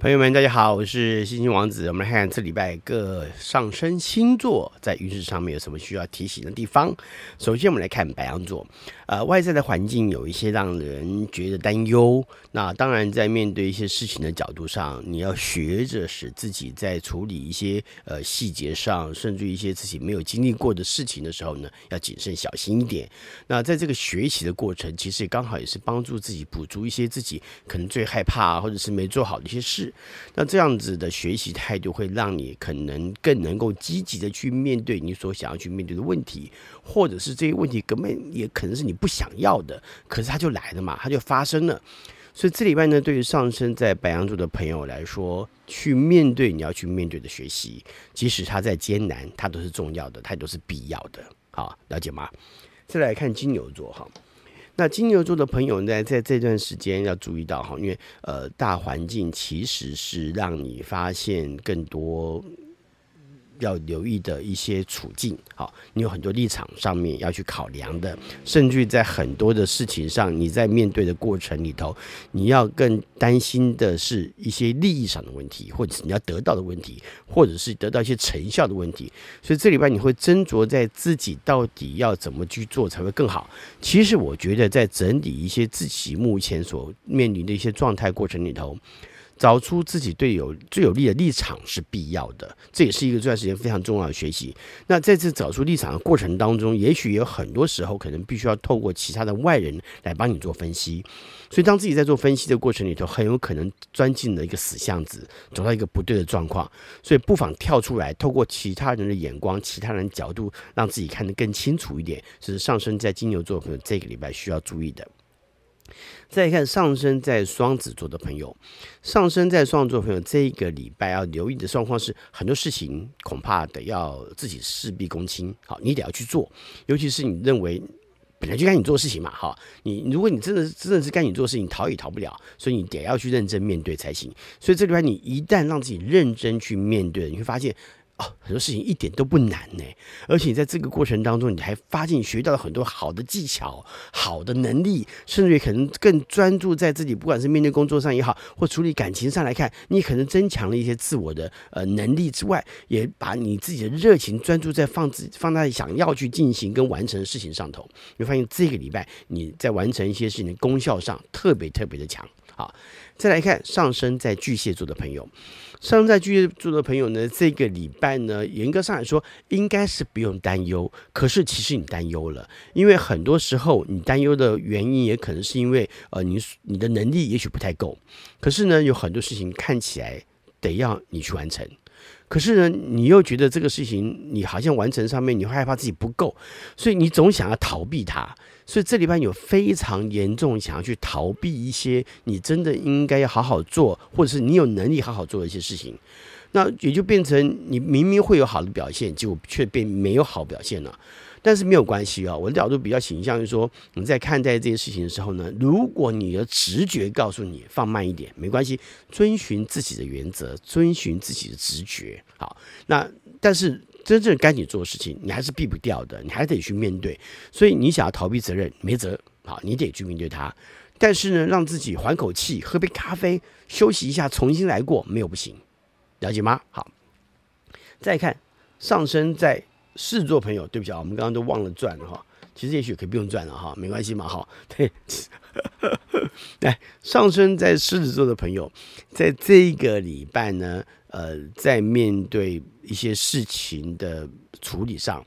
朋友们，大家好，我是星星王子。我们来看这礼拜各上升星座在运势上面有什么需要提醒的地方。首先，我们来看白羊座，外在的环境有一些让人觉得担忧。那当然，在面对一些事情的角度上，你要学着使自己在处理一些细节上，甚至一些自己没有经历过的事情的时候呢，要谨慎小心一点。那在这个学习的过程，其实刚好也是帮助自己补足一些自己可能最害怕或者是没做好的一些事。那这样子的学习态度会让你可能更能够积极的去面对你所想要去面对的问题，或者是这些问题根本也可能是你不想要的，可是它就来了嘛，它就发生了。所以这礼拜呢，对于上升在白羊座的朋友来说，去面对你要去面对的学习，即使它再艰难，它都是重要的，它都是必要的。好，了解吗？再来看金牛座哈。那金牛座的朋友呢，在这段时间要注意到哈，因为大环境其实是让你发现更多要留意的一些处境，好，你有很多立场上面要去考量的，甚至在很多的事情上，你在面对的过程里头，你要更担心的是一些利益上的问题，或者是你要得到的问题，或者是得到一些成效的问题。所以这礼拜你会斟酌在自己到底要怎么去做才会更好。其实我觉得在整理一些自己目前所面临的一些状态过程里头，找出自己最有利的立场是必要的，这也是一个这段时间非常重要的学习。那在这找出立场的过程当中，也许有很多时候可能必须要透过其他的外人来帮你做分析。所以当自己在做分析的过程里头，很有可能钻进了一个死巷子，走到一个不对的状况。所以不妨跳出来，透过其他人的眼光、其他人的角度，让自己看得更清楚一点。这是上升在金牛座的朋友这个礼拜需要注意的。再来看上升在双子座的朋友，上升在双子座的朋友这个礼拜要留意的状况是，很多事情恐怕得要自己事必躬亲，好，你得要去做，尤其是你认为本来就该你做的事情嘛，哈，如果你真的是该你做的事情，逃也逃不了，所以你得要去认真面对才行。所以这礼拜你一旦让自己认真去面对，你会发现很多事情一点都不难呢，而且在这个过程当中，你还发现你学到了很多好的技巧、好的能力，甚至于可能更专注在自己，不管是面对工作上也好，或处理感情上来看，你可能增强了一些自我的能力之外，也把你自己的热情专注在放在想要去进行跟完成的事情上头。你会发现这个礼拜你在完成一些事情的功效上特别的强。好，再来看上升在巨蟹座的朋友。上升在巨蟹座的朋友呢，这个礼拜呢，严格上来说应该是不用担忧，可是其实你担忧了，因为很多时候你担忧的原因也可能是因为你的能力也许不太够，可是呢有很多事情看起来得要你去完成，可是呢你又觉得这个事情你好像完成上面你会害怕自己不够，所以你总想要逃避它。所以这礼拜有非常严重想要去逃避一些你真的应该要好好做，或者是你有能力好好做的一些事情，那也就变成你明明会有好的表现，结果却变没有好表现了。但是没有关系啊，我的角度比较倾向于说，你在看待这些事情的时候呢，如果你的直觉告诉你放慢一点，没关系，遵循自己的原则，遵循自己的直觉。好，那但是真正该你做的事情，你还是避不掉的，你还得去面对。所以你想要逃避责任，没辙，好，你得去面对它。但是呢，让自己缓口气，喝杯咖啡，休息一下，重新来过，没有不行，了解吗？好，再看上升在狮子座朋友，对不起啊，我们刚刚都忘了转了哈。其实也许可以不用转了哈，没关系嘛哈。对，来上升在狮子座的朋友，在这个礼拜呢，在面对一些事情的处理上，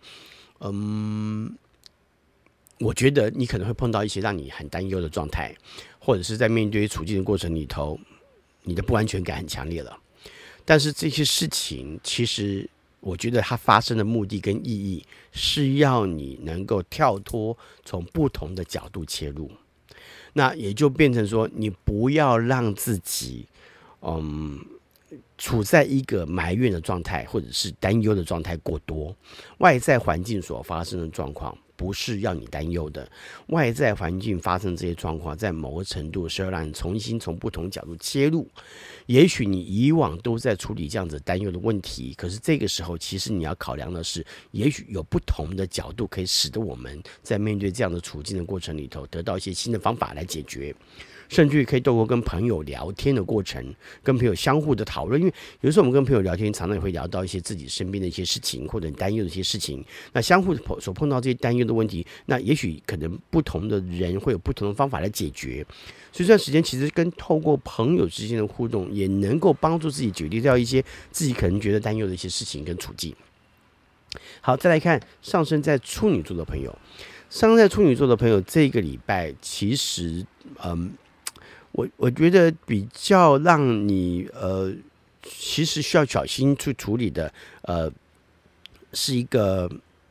我觉得你可能会碰到一些让你很担忧的状态，或者是在面对处境的过程里头，你的不安全感很强烈了。但是这些事情其实我觉得它发生的目的跟意义是要你能够跳脱，从不同的角度切入，那也就变成说你不要让自己处在一个埋怨的状态或者是担忧的状态过多。外在环境所发生的状况不是要你担忧的，外在环境发生这些状况，在某个程度是要让你重新从不同角度切入。也许你以往都在处理这样子担忧的问题，可是这个时候其实你要考量的是，也许有不同的角度可以使得我们在面对这样的处境的过程里头，得到一些新的方法来解决。 甚至于可以透过跟朋友聊天的过程，跟朋友相互的讨论。因为有时候我们跟朋友聊天，常常也会聊到一些自己身边的一些事情，或者你担忧的一些事情。那相互所碰到这些担忧的问题，那也许可能不同的人会有不同的方法来解决。所以这段时间其实跟透过朋友之间的互动，也能够帮助自己解决掉一些自己可能觉得担忧的一些事情跟处境。好，再来看上升在处女座的朋友。上升在处女座的朋友，这个礼拜其实，我觉得比较让你其实需要小心去处理的，是一个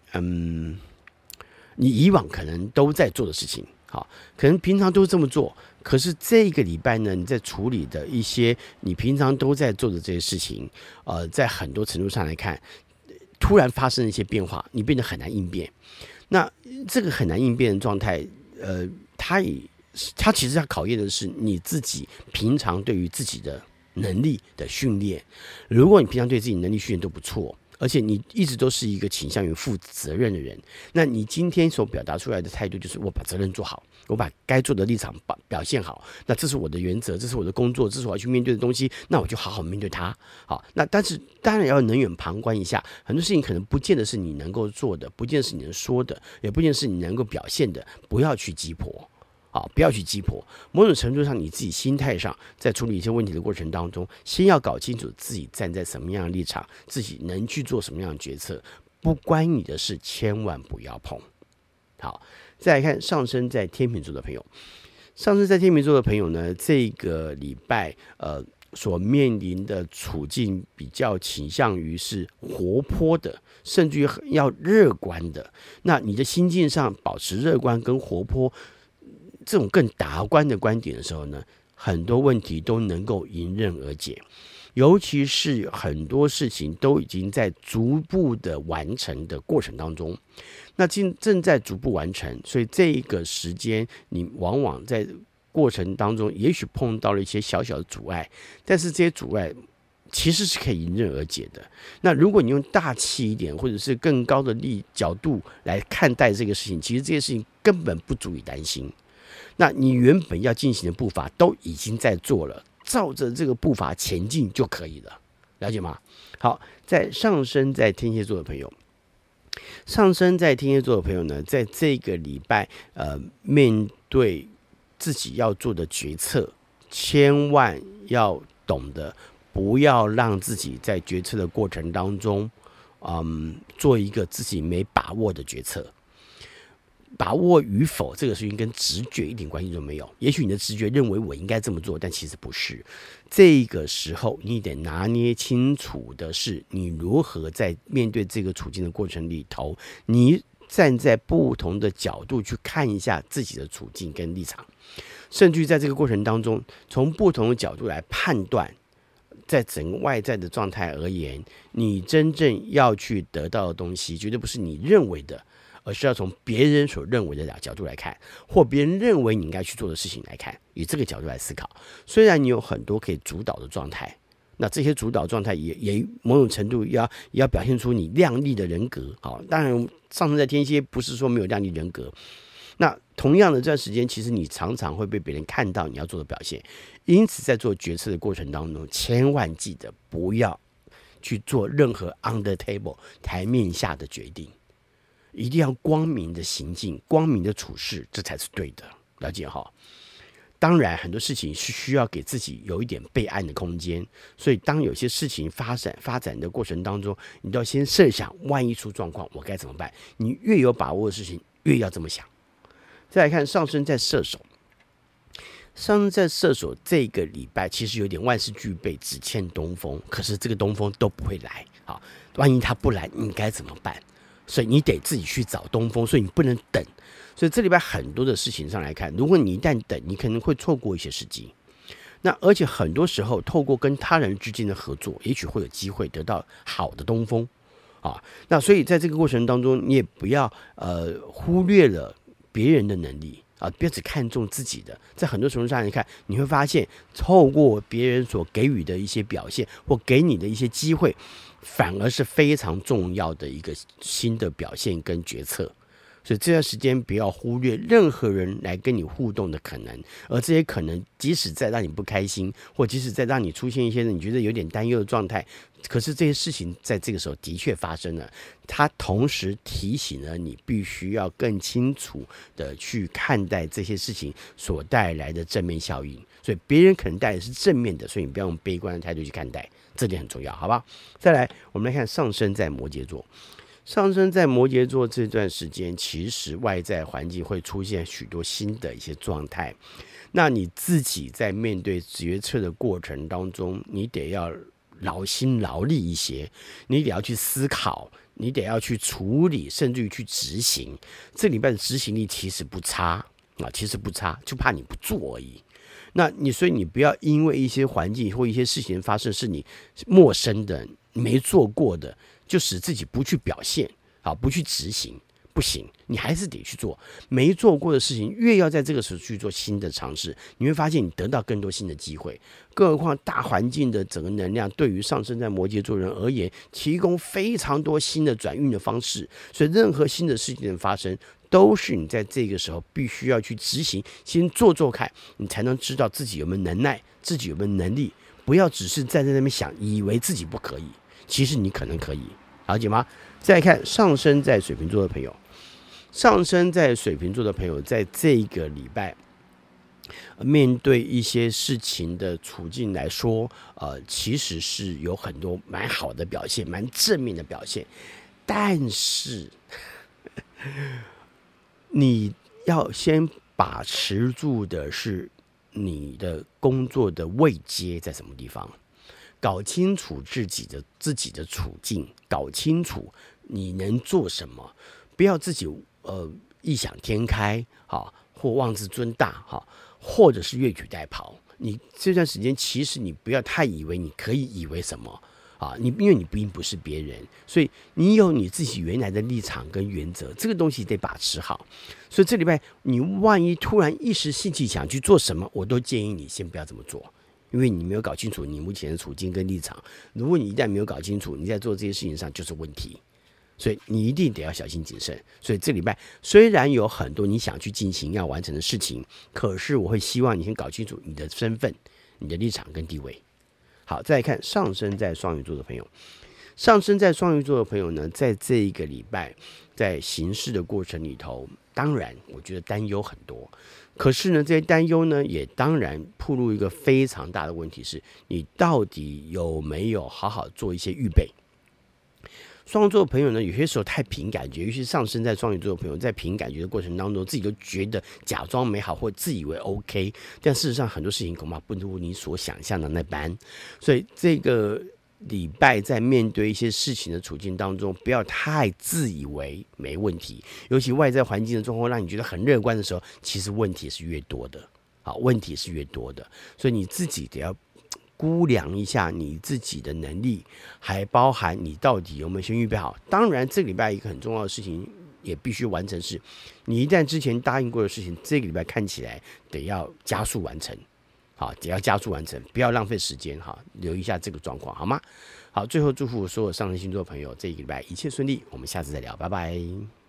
你以往可能都在做的事情。好，可能平常都这么做，可是这个礼拜呢，你在处理的一些你平常都在做的这些事情，在很多程度上来看，突然发生了一些变化，你变得很难应变。那这个很难应变的状态，它其实要考验的是你自己平常对于自己的能力的训练。如果你平常对自己能力训练都不错，而且你一直都是一个倾向于负责任的人，那你今天所表达出来的态度就是我把责任做好，我把该做的立场表现好，那这是我的原则，这是我的工作，这是我要去面对的东西，那我就好好面对它。好，那但是当然要冷眼旁观一下，很多事情可能不见得是你能够做的，不见得是你能说的，也不见得是你能够表现的，不要去鸡婆。好，不要去鸡婆。某种程度上，你自己心态上，在处理一些问题的过程当中，先要搞清楚自己站在什么样的立场，自己能去做什么样的决策，不关你的事，千万不要碰。好，再来看上升在天秤座的朋友。上升在天秤座的朋友呢，这个礼拜所面临的处境比较倾向于是活泼的，甚至于要乐观的。那你的心境上保持乐观跟活泼，这种更达观的观点的时候呢，很多问题都能够迎刃而解。尤其是很多事情都已经在逐步的完成的过程当中，那正在逐步完成，所以这个时间你往往在过程当中也许碰到了一些小小的阻碍，但是这些阻碍其实是可以迎刃而解的。那如果你用大气一点，或者是更高的角度来看待这个事情，其实这些事情根本不足以担心。那你原本要进行的步伐都已经在做了，照着这个步伐前进就可以了，了解吗？好，在上升在天蝎座的朋友，上升在天蝎座的朋友呢，在这个礼拜面对自己要做的决策，千万要懂得不要让自己在决策的过程当中做一个自己没把握的决策。把握与否这个事情跟直觉一点关系都没有，也许你的直觉认为我应该这么做，但其实不是。这个时候你得拿捏清楚的是，你如何在面对这个处境的过程里头，你站在不同的角度去看一下自己的处境跟立场，甚至在这个过程当中，从不同的角度来判断，在整个外在的状态而言，你真正要去得到的东西，绝对不是你认为的，而是要从别人所认为的角度来看，或别人认为你应该去做的事情来看，以这个角度来思考。虽然你有很多可以主导的状态，那这些主导状态也某种程度也要表现出你亮丽的人格。好，当然上升在天蝎不是说没有亮丽人格。那同样的这段时间，其实你常常会被别人看到你要做的表现，因此在做决策的过程当中，千万记得不要去做任何 under table 台面下的决定。一定要光明的行进，光明的处事，这才是对的，了解哈。当然，很多事情是需要给自己有一点备案的空间，所以当有些事情发展的过程当中，你都要先设想，万一出状况，我该怎么办？你越有把握的事情，越要这么想。再来看上升在射手，上升在射手这个礼拜其实有点万事俱备，只欠东风，可是这个东风都不会来。好，万一他不来，你该怎么办？所以你得自己去找东风，所以你不能等。所以这礼拜很多的事情上来看，如果你一旦等，你可能会错过一些时机。那而且很多时候，透过跟他人之间的合作，也许会有机会得到好的东风啊。那所以在这个过程当中，你也不要忽略了别人的能力啊，不要只看重自己的。在很多程度上来看，你会发现，透过别人所给予的一些表现，或给你的一些机会，反而是非常重要的一个新的表现跟决策。 所以这段时间不要忽略任何人来跟你互动的可能，而这些可能即使在让你不开心，或即使在让你出现一些你觉得有点担忧的状态，可是这些事情在这个时候的确发生了，它同时提醒了你必须要更清楚的去看待这些事情所带来的正面效应。所以别人可能带来的是正面的，所以你不要用悲观的态度去看待，这点很重要，好吧？再来，我们来看上升在摩羯座。上升在摩羯座这段时间，其实外在环境会出现许多新的一些状态。那你自己在面对决策的过程当中，你得要劳心劳力一些，你得要去思考，你得要去处理，甚至于去执行。这礼拜的执行力其实不差啊，其实不差，就怕你不做而已。所以你不要因为一些环境或一些事情发生是你陌生的、没做过的，就使自己不去表现，好，不去执行，不行，你还是得去做。没做过的事情，越要在这个时候去做新的尝试，你会发现你得到更多新的机会。更何况大环境的整个能量对于上升在摩羯座人而言，提供非常多新的转运的方式，所以任何新的事情的发生，都是你在这个时候必须要去执行，先做做看，你才能知道自己有没有能耐，自己有没有能力。不要只是站在那边想，以为自己不可以，其实你可能可以，了解吗？再来看上升在水瓶座的朋友，上升在水瓶座的朋友，在这个礼拜面对一些事情的处境来说，其实是有很多蛮好的表现，蛮正面的表现，但是你要先把持住的是你的工作的位阶在什么地方，搞清楚自己的处境，搞清楚你能做什么，不要自己异想天开，或妄自尊大，或者是越俎代庖。你这段时间其实你不要太以为你可以以为什么因为你并不是别人，所以你有你自己原来的立场跟原则，这个东西得把持好。所以这礼拜你万一突然一时兴起想去做什么，我都建议你先不要这么做，因为你没有搞清楚你目前的处境跟立场。如果你一旦没有搞清楚，你在做这些事情上就是问题，所以你一定得要小心谨慎。所以这礼拜虽然有很多你想去进行要完成的事情，可是我会希望你先搞清楚你的身份、你的立场跟地位。好，再来看上升在双鱼座的朋友。上升在双鱼座的朋友呢，在这一个礼拜在行事的过程里头，当然我觉得担忧很多，可是呢这些担忧呢也当然暴露一个非常大的问题，是你到底有没有好好做一些预备。双鱼座的朋友呢，有些时候太凭感觉，尤其是上升在双鱼座的朋友，在凭感觉的过程当中，自己都觉得假装美好或自以为 OK， 但事实上很多事情恐怕不如你所想象的那般。所以这个礼拜在面对一些事情的处境当中，不要太自以为没问题，尤其外在环境的状况让你觉得很乐观的时候，其实问题是越多的。问题是越多的，所以你自己得要估量一下你自己的能力，还包含你到底有没有先预备好。当然这个礼拜一个很重要的事情也必须完成，是你一旦之前答应过的事情，这个礼拜看起来得要加速完成，得要加速完成，不要浪费时间，留意一下这个状况，好吗？好，最后祝福所有上升星座的朋友这一个礼拜一切顺利，我们下次再聊，拜拜。